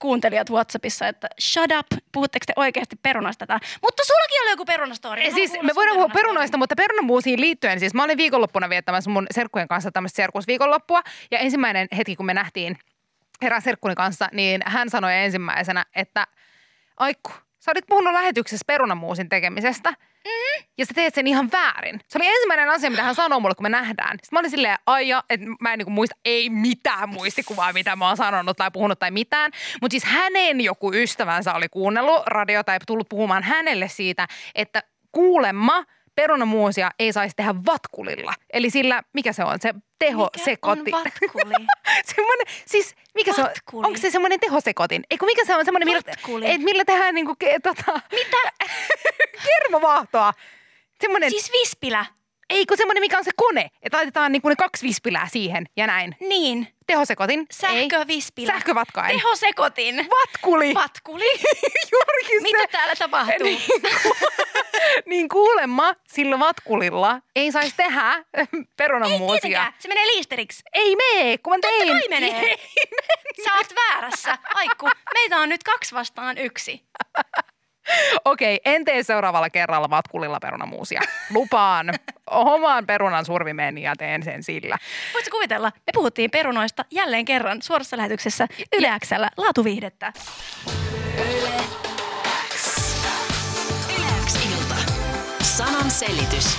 kuuntelijat WhatsAppissa, että shut up, puhutteko te oikeasti perunasta tätä? Mutta sullakin oli joku perunastori. Siis me voidaan puhua perunoista, mutta perunamuusiin liittyen, siis mä olin viikonloppuna viettämässä mun serkkujen kanssa tämmöistä serkkusviikonloppua, ja ensimmäinen hetki, kun me nähtiin erään serkkuni kanssa, niin hän sanoi ensimmäisenä, että Aikku, sä olit puhunut lähetyksessä perunamuusin tekemisestä, mm. ja sä teet sen ihan väärin. Se oli ensimmäinen asia, mitä hän sanoi mulle, kun me nähdään. Sitten mä olin silleen, aija, että mä en niinku muista, ei mitään muistikuvaa, mitä mä oon sanonut tai puhunut tai mitään. Mutta siis hänen joku ystävänsä oli kuunnellut radiota ja tullut puhumaan hänelle siitä, että kuulemma perunamuusia ei saisi tehdä vatkulilla. Eli sillä, mikä se on, se tehosekotin. Mikä on vatkuli? semmoinen, siis mikä vatkuli. Se on, onko se semmoinen tehosekotin? Eikö mikä se on semmoinen, millä, et millä tehdään niinku, ke, tota, mitä? kermavaahtoa. Semmoinen, siis vispilä. Eikö semmoinen, mikä on se kone, että laitetaan niinku ne kaksi vispilää siihen ja näin. Niin. Tehosekotin? Sähkövispilä. Sähkövatkain. Tehosekotin. Vatkuli. Vatkuli. Juurikin se. Mitä täällä tapahtuu? Niin, niin kuulemma sillä vatkulilla ei saisi tehdä perunamuusia. Ei tietenkään. Se menee liisteriksi. Ei mene, kun mä tein. Totta kai menee. Ei mene. Sä oot väärässä. Aikku, meitä on nyt kaksi vastaan yksi. Okei, en tee seuraavalla kerralla vatkulilla perunamuusia. Lupaan. Omaan perunan survimeen ja teen sen sillä. Voitko kuvitella? Me puhuttiin perunoista jälleen kerran suorassa lähetyksessä Yle X:llä laatuviihdettä. Yle X. Yle X ilta. Sanan selitys.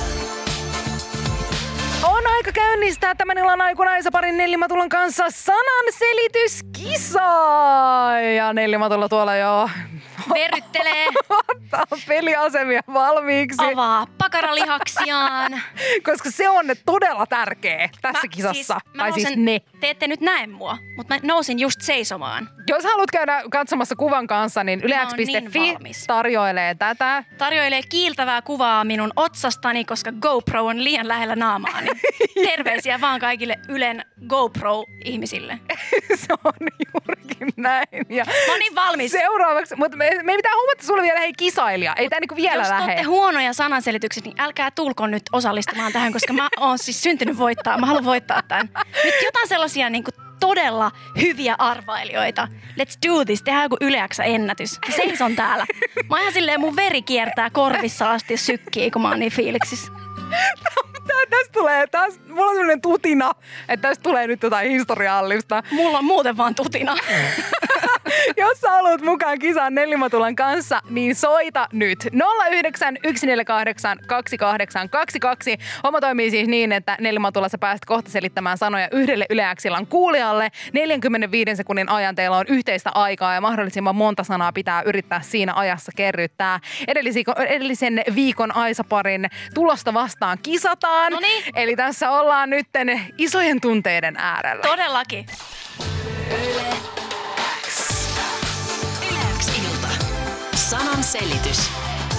On aika käynnistää tämän illan aikuna Aisa-parin Nelli Matulan kanssa sananselityskisa. Ja Nelli Matula tuolla jo verryttelee. Ottaa peliasemia valmiiksi. Avaa pakaralihaksiaan. Koska se on todella tärkeä tässä mä, kisassa. Siis, mä tai nousen, siis ne. Te ette nyt näe mua, mutta mä nousin just seisomaan. Jos haluat käydä katsomassa kuvan kanssa, niin yle x piste fi niin tarjoilee tätä. Tarjoilee kiiltävää kuvaa minun otsastani, koska GoPro on liian lähellä naamaani. Terveisiä vaan kaikille Ylen GoPro-ihmisille. Se on juurikin näin. Ja mä oon niin valmis. Seuraavaksi, mutta me, me pitää huomata sulle vielä hei kisailija. Ei tää niinku vielä Jos lähe. Jos te olette huonoja sananselityksiä, niin älkää tulko nyt osallistumaan tähän, koska mä oon siis syntynyt voittaa. Mä haluan voittaa tämän. Nyt jotain sellaisia niinku todella hyviä arvailijoita. Let's do this. Tehdään joku Yle X ennätys. Mä seison täällä. Mä oon ihan silleen, mun veri kiertää korvissa asti ja sykkii, kun mä oon niin fiiliksissä. Tää, tästä tulee, tästä, mulla on sellainen tutina, että tästä tulee nyt jotain historiallista. Mulla on muuten vaan tutina. Jos sä haluat mukaan kisaan Nelli Matulan kanssa, niin soita nyt nolla yhdeksän yksi neljä kahdeksan kaksi kahdeksan kaksi kaksi. Homma toimii siis niin, että Nelli Matula sä pääset kohta selittämään sanoja yhdelle Yle X:n kuulijalle. neljänkymmenenviiden sekunnin ajan teillä on yhteistä aikaa ja mahdollisimman monta sanaa pitää yrittää siinä ajassa kerryttää. Edellisen viikon Aisa-parin tulosta vastaan kisataan. Noniin. Eli tässä ollaan nytten isojen tunteiden äärellä. Todellakin. Yle X. Yle X ilta. Sanan selitys.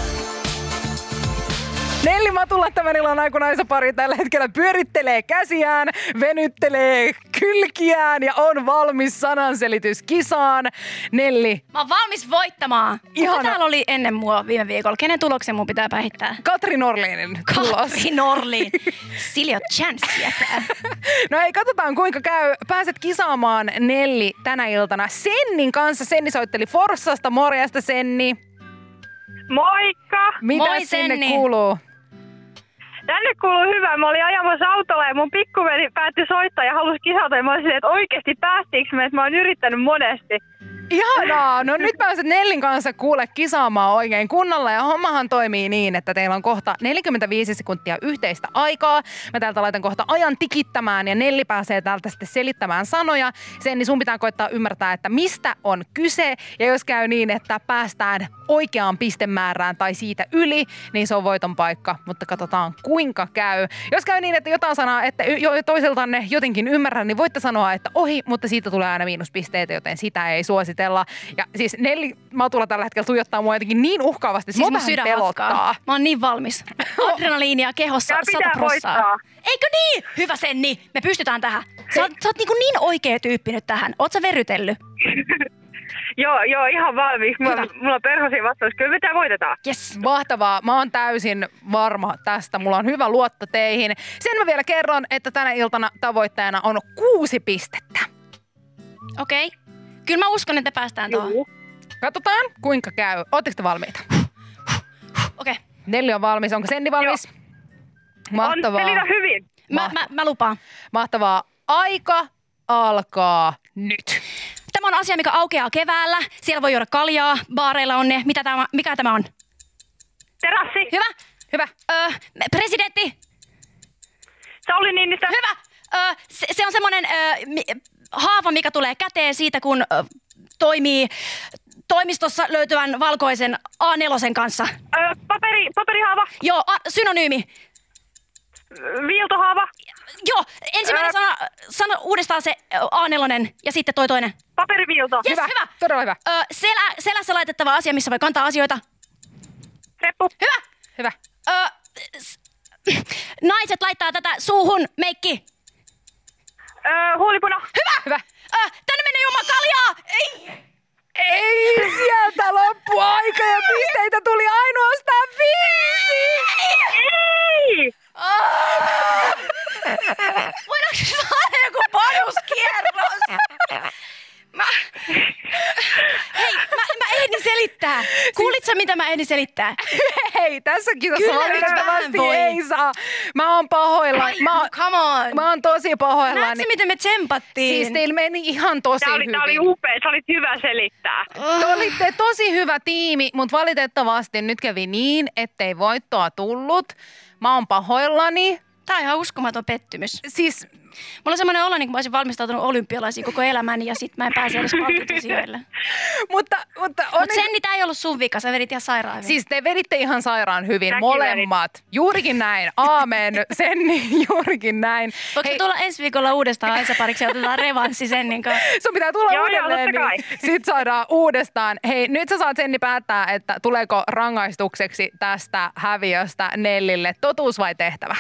Nelli Matula tämän illan aikana Aisa-pari tällä hetkellä pyörittelee käsiään, venyttelee kylkiään ja on valmis sananselityskisaan. Nelli. Mä oon valmis voittamaan. Ihana. Kuka täällä oli ennen mua viime viikolla? Kenen tuloksen mun pitää päihittää? Katri Norlinin tulos. Katri Norlin. Sillä ei ole chanssiä täällä. No ei, katsotaan kuinka käy. Pääset kisaamaan Nelli tänä iltana Sennin kanssa. Senni soitteli Forssasta. Morjesta Senni. Moikka! Mitä Moi, sinne Senni. kuuluu? Tänne kuuluu hyvä. Mä olin ajamassa autolla ja mun pikkuveli päätti soittaa ja halusi kisata. Ja mä olin silleen, että oikeasti päästiinkö me, että mä oon yrittänyt monesti. Ihanaa! No nyt pääset Nellin kanssa kuule kisaamaan oikein kunnolla ja hommahan toimii niin, että teillä on kohta neljäkymmentäviisi sekuntia yhteistä aikaa. Mä täältä laitan kohta ajan tikittämään ja Nelli pääsee täältä sitten selittämään sanoja. Sen niin sun pitää koittaa ymmärtää, että mistä on kyse ja jos käy niin, että päästään oikeaan pistemäärään tai siitä yli, niin se on voiton paikka, mutta katsotaan kuinka käy. Jos käy niin, että jotain sanaa, että jo toiseltanne jotenkin ymmärrän, niin voitte sanoa, että ohi, mutta siitä tulee aina miinuspisteitä, joten sitä ei suositella. Ja siis Nelli Matula tällä hetkellä tuijottaa mua jotenkin niin uhkaavasti, Siis mua mun vähän sydän pelottaa. hakkaa. Mä oon niin valmis. Adrenaliinia kehossa Tää pitää sata prossaa. voittaa. Eikö niin? Hyvä Senni, me pystytään tähän. Sä oot, sä oot niin, niin oikea tyyppi nyt tähän. Oot sä verrytellyt? Joo, joo, ihan valmis. Mulla, Hyvä. mulla on perhosia vastaus. Kyllä me tää voitetaan. Yes. Mahtavaa. Mä oon täysin varma tästä. Mulla on hyvä luotto teihin. Sen mä vielä kerron, että tänä iltana tavoitteena on kuusi pistettä. Okei. Okay. Kyllä mä uskon, että päästään tuohon. Juu. Katsotaan, kuinka käy. Ootteko te valmiita? Okei. Okay. Nelli on valmis. Onko Senni valmis? Mahtavaa. On selitä hyvin. Mä, mä, mä lupaan. Mahtavaa. Aika alkaa nyt. Tämä on asia, mikä aukeaa keväällä. Siellä voi juoda kaljaa. Baareilla on ne. Mitä tämä, mikä tämä on? Terassi. Hyvä. Hyvä. Öö, presidentti. Sauli Niinistö. Hyvä. Öö, se, se on semmoinen öö, mi, haava, mikä tulee käteen siitä, kun öö, toimii toimistossa löytyvän valkoisen A neljä kanssa. Öö, paperi, paperihaava. Joo, a, synonyymi. Viiltohaava. Joo, ensimmäinen Öö. sana, sana uudestaan se ö, A neljä ja sitten toi toinen. Paperiviilto. Yes, Hyvä. hyvä. Todella hyvä. Ö, selä, selässä laitettava asia, missä voi kantaa asioita. Reppu. Hyvä. Hyvä. Ö, s- naiset laittaa tätä suuhun, meikki. Öö, huulipuna. Hyvä. Hyvä. Ö, tänne menee juoma kaljaa. Ei. Ei sieltä loppu aika ja pisteitä tuli ainoastaan viisi. Ei! Voidaanko saada joku bonuskierros? Mä... Hei, mä, mä ehdin selittää. Kuulitko mitä mä ehdin selittää? Hei, tässä kisassa Kyllä nyt valitettavasti vähän voi. ei saa. Mä oon pahoillani. Mä, oon- Come on. mä oon tosi pahoillani. Näetkö, miten me tsempattiin? Siis teillä meni ihan tosi Tää oli, hyvin. tää oli upea. Sä olit hyvä selittää. Te olitte tosi hyvä tiimi, mutta valitettavasti nyt kävi niin, ettei voittoa tullut. Mä oon pahoillani. Tää on ihan uskomaton pettymys. Siis Mulla on semmoinen olo, niin kuin mä olisin valmistautunut olympialaisiin koko elämäni ja sit mä en pääse edes palkintoisijoille. mutta, mutta, on Mut Senni, tää ei ollut sun vika, sä vedit ihan sairaan hyvin. Siis te veditte ihan sairaan hyvin, Säkin molemmat. Juurikin näin. Aamen, Senni, juurikin näin. Voinko tulla ensi viikolla uudestaan Aisa-pariksi ja otetaan revanssi Sennin kanssa? Sun pitää tulla Joo, joo, uudelleen, totta kai. niin sit saadaan uudestaan. Hei, nyt sä saat Senni päättää, että tuleeko rangaistukseksi tästä häviöstä Nellille totuus vai tehtävä?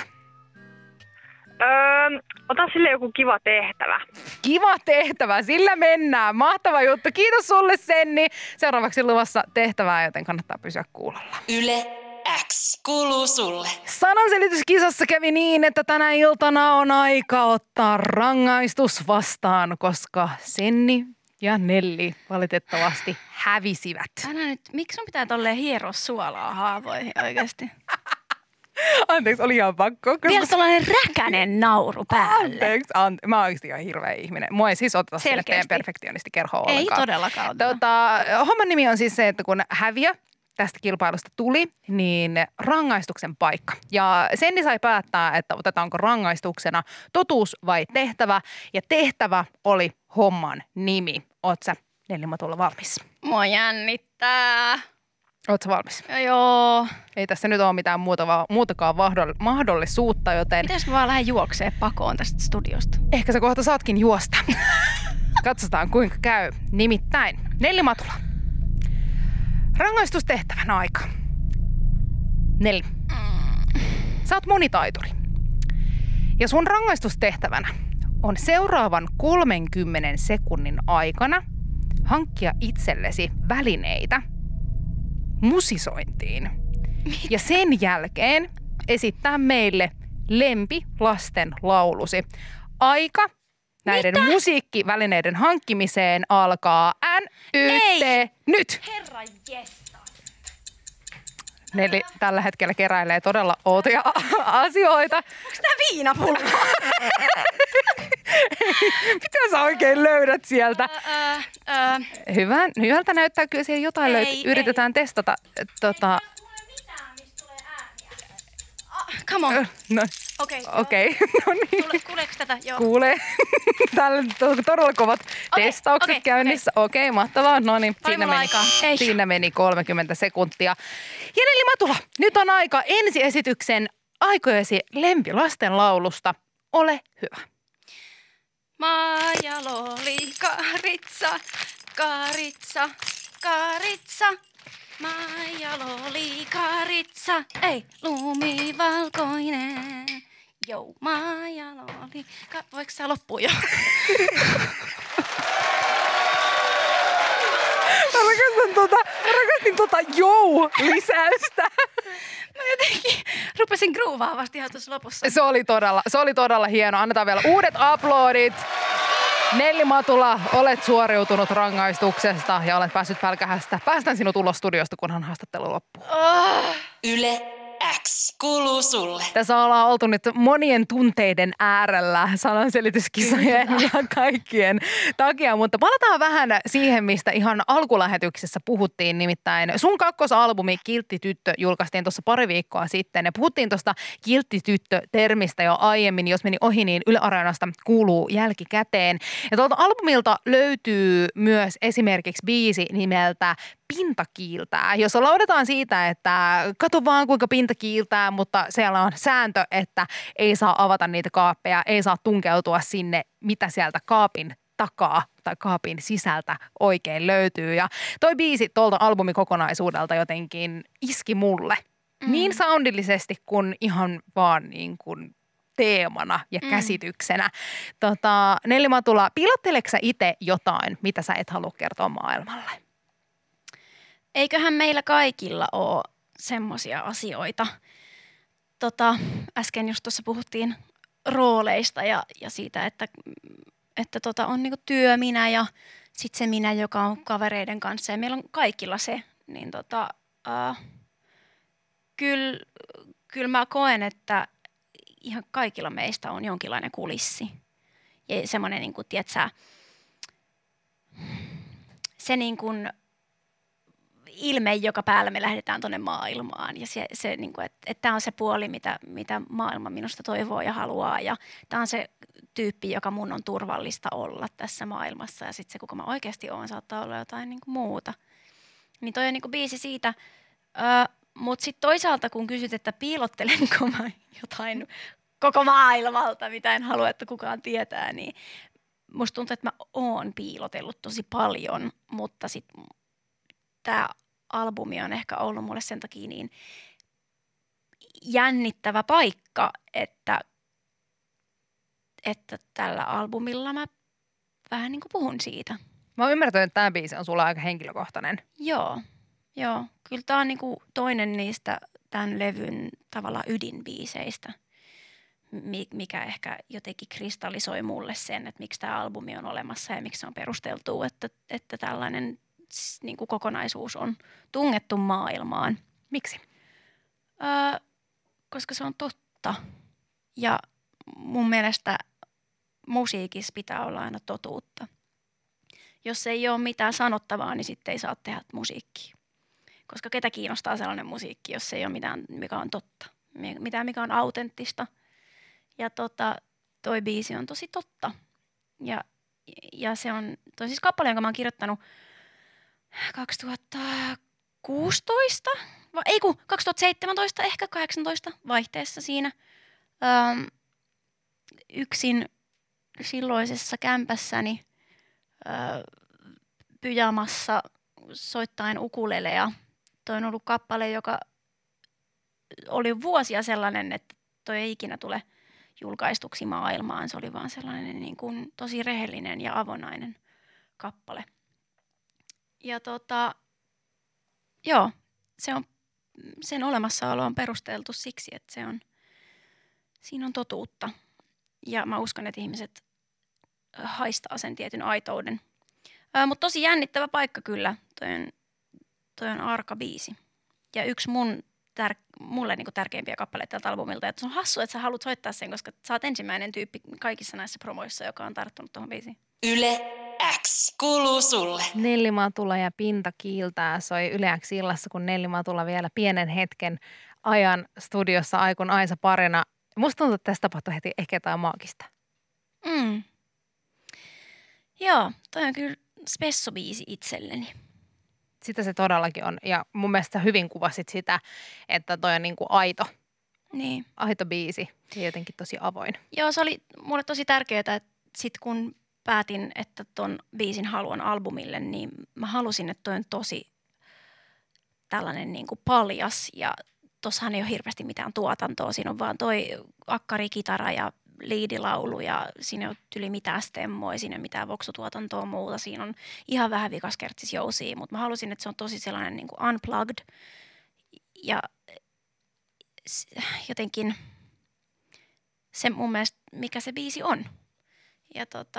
Öö, ota sille joku kiva tehtävä. Kiva tehtävä, sillä mennään. Mahtava juttu. Kiitos sulle, Senni. Seuraavaksi luvassa tehtävää, joten kannattaa pysyä kuulolla. Yle X kuuluu sulle. Sananselityskisassa kävi niin, että tänä iltana on aika ottaa rangaistus vastaan, koska Senni ja Nelli valitettavasti hävisivät. Älä nyt, miksi sun pitää tolleen hieroa suolaa haavoihin oikeasti? Anteeksi, oli ihan pakko. koska- Vielä sellainen räkänen nauru päälle. Anteeksi, ante- mä oon oikeasti ihan hirveä ihminen. Mua ei siis oteta sinne Selkeästi. teidän perfektionistikerhoa Ei ollenkaan. todellakaan oteta. Tota, homman nimi on siis se, että kun häviö tästä kilpailusta tuli, niin rangaistuksen paikka. Ja Senni sai päättää, että otetaanko rangaistuksena totuus vai tehtävä. Ja tehtävä oli homman nimi. Oot sä, Nelli Matulla, valmis? Mua jännittää. Oot sä valmis? Joo. Ei tässä nyt ole mitään muuta, va- muutakaan vahdoll- mahdollisuutta, joten Mitäs mä vaan lähden juokseen pakoon tästä studiosta? ehkä sä kohta saatkin juosta. Katsotaan kuinka käy. Nimittäin Nelli Matula. Rangaistustehtävän aika. Nelli. Sä oot monitaituri. Ja sun rangaistustehtävänä on seuraavan kolmenkymmenen sekunnin aikana hankkia itsellesi välineitä musisointiin. Ja sen jälkeen esittää meille lempi lasten laulusi. Aika näiden Mitä? musiikkivälineiden hankkimiseen alkaa N Y T Ei. nyt. Herra jesta. Nelli tällä hetkellä keräilee todella outoja asioita. Onks tää viinapullo? Mitä sä oikein löydät sieltä? Öö, öö, Hyvä, hyvältä näyttää kyllä siellä jotain Ei, löytyy. Yritetään testata. Tota, come on. no, Okei. okei, no niin. Kuule, kuuleeko tätä? Joo. Kuulee. Täällä on todella kovat Okei, testaukset okei, käynnissä. Okei, mahtavaa. No niin, Paljon siinä mulla meni, aikaa? Ei. siinä meni kolmekymmentä sekuntia. Ja Nelli Matula, nyt on aika ensiesityksen aikojesi lempi lastenlaulusta. Ole hyvä. Maija loli karitsa, karitsa, karitsa. Maija loli karitsa, ei lumivalkoinen. Jou, Maija loli ka... Voiko sä loppua jo? Mä rakastan tota, mä rakastin tota jou-lisäystä. Mä jotenkin rupesin gruuvaavasti ihan tuossa lopussa. Se oli todella, se oli todella hieno. Annetaan vielä uudet aplodit. Nelli Matula, olet suoriutunut rangaistuksesta ja olet päässyt pälkähästä. Päästän sinut ulos studiosta, kunhan haastattelu loppuu. Oh. Yle X kuuluu sulle. Tässä ollaan oltu nyt monien tunteiden äärellä sananselityskisojen ja kaikkien takia, mutta palataan vähän siihen, mistä ihan alkulähetyksessä puhuttiin, nimittäin sun kakkosalbumi Kiltti tyttö julkaistiin tuossa pari viikkoa sitten ja puhuttiin tuosta Kiltti tyttö-termistä jo aiemmin, jos meni ohi, niin Yle Areenasta kuuluu jälkikäteen. Ja tuolta albumilta löytyy myös esimerkiksi biisi nimeltä Pinta kiiltää, jos laudetaan siitä, että kato vaan kuinka pinta kiiltää, mutta siellä on sääntö, että ei saa avata niitä kaappeja, ei saa tunkeutua sinne, mitä sieltä kaapin takaa tai kaapin sisältä oikein löytyy. Ja toi biisi tuolta albumikokonaisuudelta jotenkin iski mulle mm. niin soundillisesti kuin ihan vaan niin kuin teemana ja mm. käsityksenä. Tota, Nelli Matula, piilotteleksä itse jotain, mitä sä et halua kertoa maailmalle? Eiköhän meillä kaikilla ole semmoisia asioita. Tota, äsken just tuossa puhuttiin rooleista ja, ja siitä, että, että tota on niinku työ minä ja sitten se minä, joka on kavereiden kanssa. Ja meillä on kaikilla se. Niin tota, äh, kyllä kyl mä koen, että ihan kaikilla meistä on jonkinlainen kulissi. Ja semmoinen, niin kuin, tiedätkö, se niin kuin ilme, joka päällä me lähdetään tuonne maailmaan. Ja se, se niin kuin, että, että tämä on se puoli, mitä, mitä maailma minusta toivoo ja haluaa. Ja tämä on se tyyppi, joka mun on turvallista olla tässä maailmassa. Ja sitten se, kuka mä oikeasti oon, saattaa olla jotain niin kuin muuta. Niin toi on niin kuin biisi siitä. Öö, Mutta sitten toisaalta, kun kysyt, että piilottelenko mä jotain koko maailmalta, mitä en halua, että kukaan tietää, niin musta tuntuu, että mä oon piilotellut tosi paljon, mutta sitten tämä albumi on ehkä ollut mulle sen takia niin jännittävä paikka, että, että tällä albumilla mä vähän niin kuin puhun siitä. Mä oon ymmärtänyt, että tämä biisi on sulla aika henkilökohtainen. Joo, joo. Kyllä tämä on niin kuin toinen niistä tämän levyn tavallaan ydinbiiseistä, mikä ehkä jotenkin kristallisoi mulle sen, että miksi tämä albumi on olemassa ja miksi se on perusteltu, että, että tällainen niin kuin kokonaisuus on tungettu maailmaan. Miksi? Öö, koska se on totta. Ja mun mielestä musiikissa pitää olla aina totuutta. Jos ei ole mitään sanottavaa, niin sitten ei saa tehdä musiikkia. Koska ketä kiinnostaa sellainen musiikki, jos ei ole mitään, mikä on totta. Mitään, mikä on autenttista. Ja tota, toi biisi on tosi totta. Ja, ja se on, toi siis kappale, jonka mä oon kirjoittanut kaksituhattakuusitoista, vai ei kun kaksituhattaseitsemäntoista, ehkä kahdeksantoista vaihteessa siinä. Öm, yksin silloisessa kämpässäni ö, pyjamassa soittaen ukulelea. Toi on ollut kappale, joka oli vuosia sellainen, että toi ei ikinä tule julkaistuksi maailmaan. Se oli vaan sellainen niin kuin tosi rehellinen ja avonainen kappale. Ja tota, joo, se on, sen olemassaolo on perusteltu siksi, että se on, siinä on totuutta. Ja mä uskon, että ihmiset haistaa sen tietyn aitouden. Mutta tosi jännittävä paikka kyllä, toi on, toi on arka biisi. Ja yksi mun tär, mulle niinku tärkeimpiä kappaleita tältä albumilta. Että se on hassu, että sä haluat soittaa sen, koska sä oot ensimmäinen tyyppi kaikissa näissä promoissa, joka on tarttunut tuohon biisiin. Yle X kuuluu sulle. Nelli Matula ja Pinta kiiltää soi Yle X illassa, kun Nelli Matula vielä pienen hetken ajan studiossa Aikun Aisa parina. Musta tuntuu, että tässä tapahtui heti ehkä jotain maagista. Mm. Joo, toi on kyllä spessobiisi itselleni. Sitä se todellakin on. Ja mun mielestä sä hyvin kuvasit sitä, että toi on niinku aito. Niin. Aito biisi ja jotenkin tosi avoin. Joo, se oli mulle tosi tärkeää, että sit kun päätin, että ton biisin haluan albumille, niin mä halusin, että toi on tosi tällainen niinku paljas. Ja tossahan ei ole hirveästi mitään tuotantoa. Siinä on vaan toi akkari, kitara ja liidilaulu ja siinä ei ole yli mitään stemmoja, siinä ei ole mitään voksutuotantoa muuta. Siinä on ihan vähän vikaskertsisjousia, mutta mä halusin, että se on tosi sellainen niin kuin unplugged ja jotenkin se mun mielestä, mikä se biisi on. Ja tota,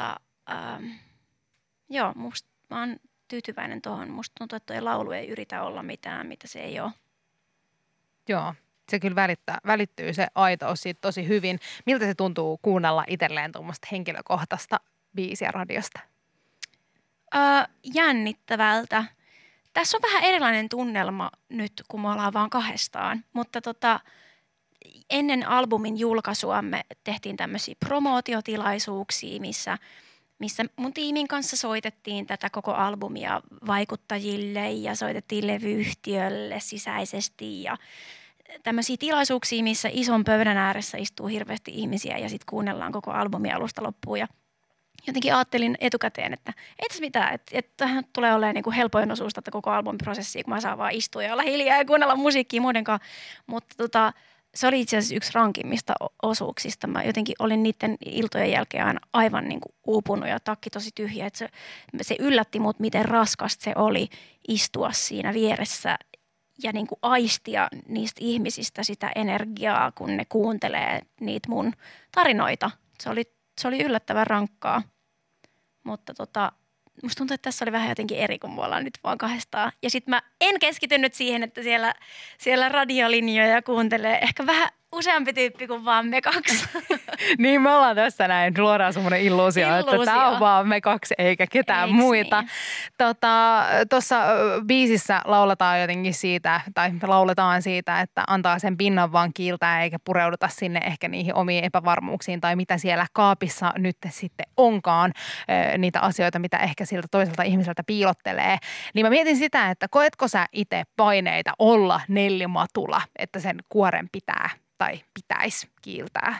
ähm, joo, musta mä oon tyytyväinen tuohon. Musta tuntuu, että toi laulu ei yritä olla mitään, mitä se ei ole. Joo, se kyllä välittää, välittyy se aitous siitä tosi hyvin. Miltä se tuntuu kuunnella itselleen tuommoista henkilökohtaista biisiä radiosta? Öö, jännittävältä. Tässä on vähän erilainen tunnelma nyt, kun me ollaan vaan kahdestaan, mutta tota, ennen albumin julkaisua me tehtiin tämmöisiä promootiotilaisuuksia, missä, missä mun tiimin kanssa soitettiin tätä koko albumia vaikuttajille ja soitettiin levyyhtiölle sisäisesti ja tämmöisiä tilaisuuksia, missä ison pöydän ääressä istuu hirveästi ihmisiä ja sitten kuunnellaan koko albumia alusta loppuun ja jotenkin ajattelin etukäteen, että ei tässä mitään, että, että tähän tulee olemaan niin kuin helpoin osuus tätä koko albumiprosessia, kun mä saan vaan istua ja olla hiljaa ja kuunnella musiikkia muidenkaan. Mutta tota, se oli itse asiassa yksi rankimmista osuuksista. Mä jotenkin olin niiden iltojen jälkeen aivan niin kuin uupunut ja takki tosi tyhjä. Että se, se yllätti mut, miten raskasta se oli istua siinä vieressä ja niin kuin aistia niistä ihmisistä sitä energiaa, kun ne kuuntelee niitä mun tarinoita. Se oli Se oli yllättävän rankkaa, mutta tota, musta tuntuu, että tässä oli vähän jotenkin eri, kun me ollaan nyt vaan kahdestaan. Ja sit mä en keskitynyt siihen, että siellä, siellä radiolinjoja kuuntelee ehkä vähän useampi tyyppi kuin vaan me kaksi. Niin me ollaan tässä näin, luodaan semmoinen illuusio, illuusio, että tämä on vaan me kaksi eikä ketään Eiks muita. Tuossa niin? biisissä laulataan jotenkin siitä, tai lauletaan siitä, että antaa sen pinnan vaan kiiltää eikä pureuduta sinne ehkä niihin omiin epävarmuuksiin tai mitä siellä kaapissa nyt sitten onkaan, niitä asioita, mitä ehkä siltä toiselta ihmiseltä piilottelee. Niin mä mietin sitä, että koetko sä itse paineita olla Nelli Matula, että sen kuoren pitää tai pitäisi kiiltää?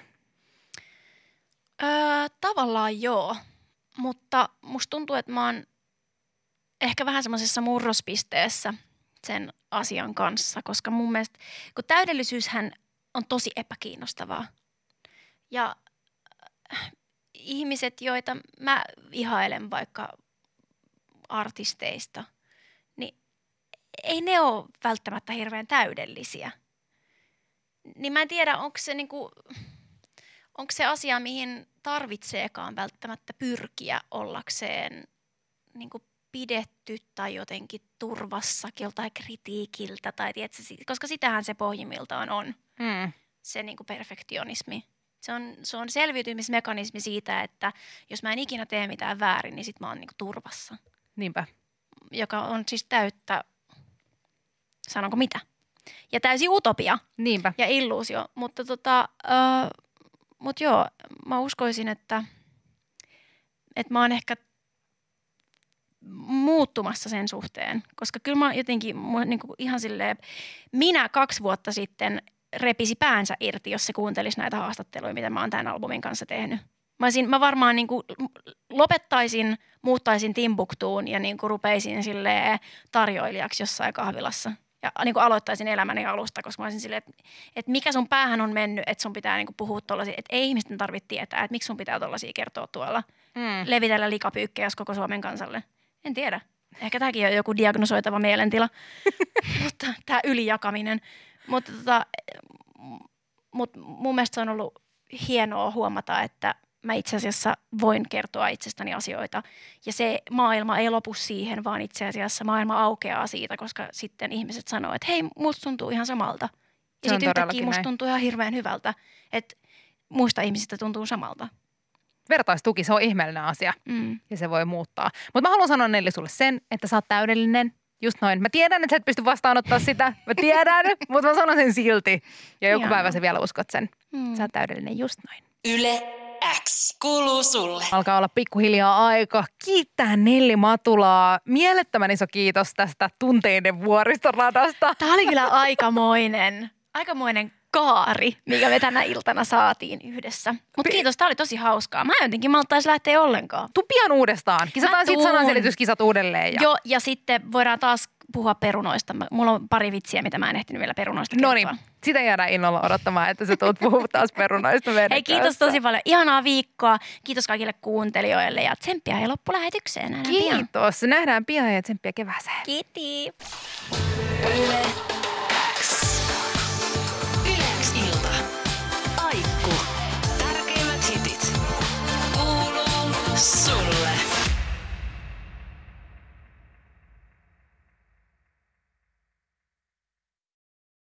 Öö, tavallaan joo, mutta musta tuntuu, että mä oon ehkä vähän semmoisessa murrospisteessä sen asian kanssa, koska mun mielestä, kun täydellisyyshän on tosi epäkiinnostavaa. Ja äh, ihmiset, joita mä ihailen vaikka artisteista, niin ei ne ole välttämättä hirveän täydellisiä. Niin mä en tiedä, onko se, niinku, onko se asia, mihin tarvitseekaan välttämättä pyrkiä ollakseen niinku pidetty tai jotenkin turvassakin joltain kritiikiltä. Tai tiedätkö, koska sitähän se pohjimmiltaan on, mm. se niinku perfektionismi. Se on, se on selviytymismekanismi siitä, että jos mä en ikinä tee mitään väärin, niin sit mä oon niinku turvassa. Niinpä. Joka on siis täyttä, sanonko mitä? Ja täysi utopia. Niinpä. Ja illuusio. Mutta tota, äh, mut joo, mä uskoisin, että, että mä oon ehkä muuttumassa sen suhteen. Koska kyllä mä jotenkin niin kuin ihan silleen, minä kaksi vuotta sitten repisi päänsä irti, jos se kuuntelisi näitä haastatteluja, mitä mä oon tämän albumin kanssa tehnyt. Mä, olisin, mä varmaan niin kuin lopettaisin, muuttaisin Timbuktuun ja niin kuin rupeisin silleen tarjoilijaksi jossain kahvilassa. Ja niin kuin aloittaisin elämäni alusta, koska mä olisin silleen, että, että mikä sun päähän on mennyt, että sun pitää niin kuin puhua tollaisia, että ei ihmisten tarvitse tietää, että miksi sun pitää tollaisia kertoa tuolla. Mm. Levitellä likapyykkejä koko Suomen kansalle. En tiedä. Ehkä tämäkin on joku diagnosoitava mielentila, mutta tämä ylijakaminen. Mutta tota, mut mun mielestä se on ollut hienoa huomata, että mä itse asiassa voin kertoa itsestäni asioita. Ja se maailma ei lopu siihen, vaan itse asiassa maailma aukeaa siitä, koska sitten ihmiset sanoo, että hei, musta tuntuu ihan samalta. Ja sitten yhtäkkiä musta tuntuu ihan hirveän hyvältä, että muista ihmisistä tuntuu samalta. Vertaistuki, se on ihmeellinen asia mm. ja se voi muuttaa. Mutta mä haluan sanoa Nelli sulle sen, että sä oot täydellinen. Just noin. Mä tiedän, että sä et pysty vastaanottaa sitä. Mä tiedän, mutta mä sanon sen silti. Ja joku Jaa. päivä sä vielä uskot sen. Mm. Sä oot täydellinen just noin. Yle X kuuluu sulle. Alkaa olla pikkuhiljaa aika kiittää Nelli Matulaa. Mielettömän iso kiitos tästä tunteiden vuoristoradasta. Tämä oli kyllä aikamoinen, aikamoinen kaari, mikä me tänä iltana saatiin yhdessä. Mutta kiitos, tämä oli tosi hauskaa. Mä jotenkin malttaisi lähteä ollenkaan. Tuu pian uudestaan. Kisataan sitten sananselityskisat uudelleen. Ja... Joo, ja sitten voidaan taas puhua perunoista. Mulla on pari vitsiä, mitä mä en ehtinyt vielä perunoista kertoa. Noniin, sitä jäädään innolla odottamaan, että sä tulet puhua taas perunoista meidän Hei, kiitos kanssa. Tosi paljon. Ihanaa viikkoa. Kiitos kaikille kuuntelijoille ja tsemppiä hei loppulähetykseen. Nähdään kiitos. Pian. Nähdään pian ja tsemppiä kevääseen. Kiitti. Yle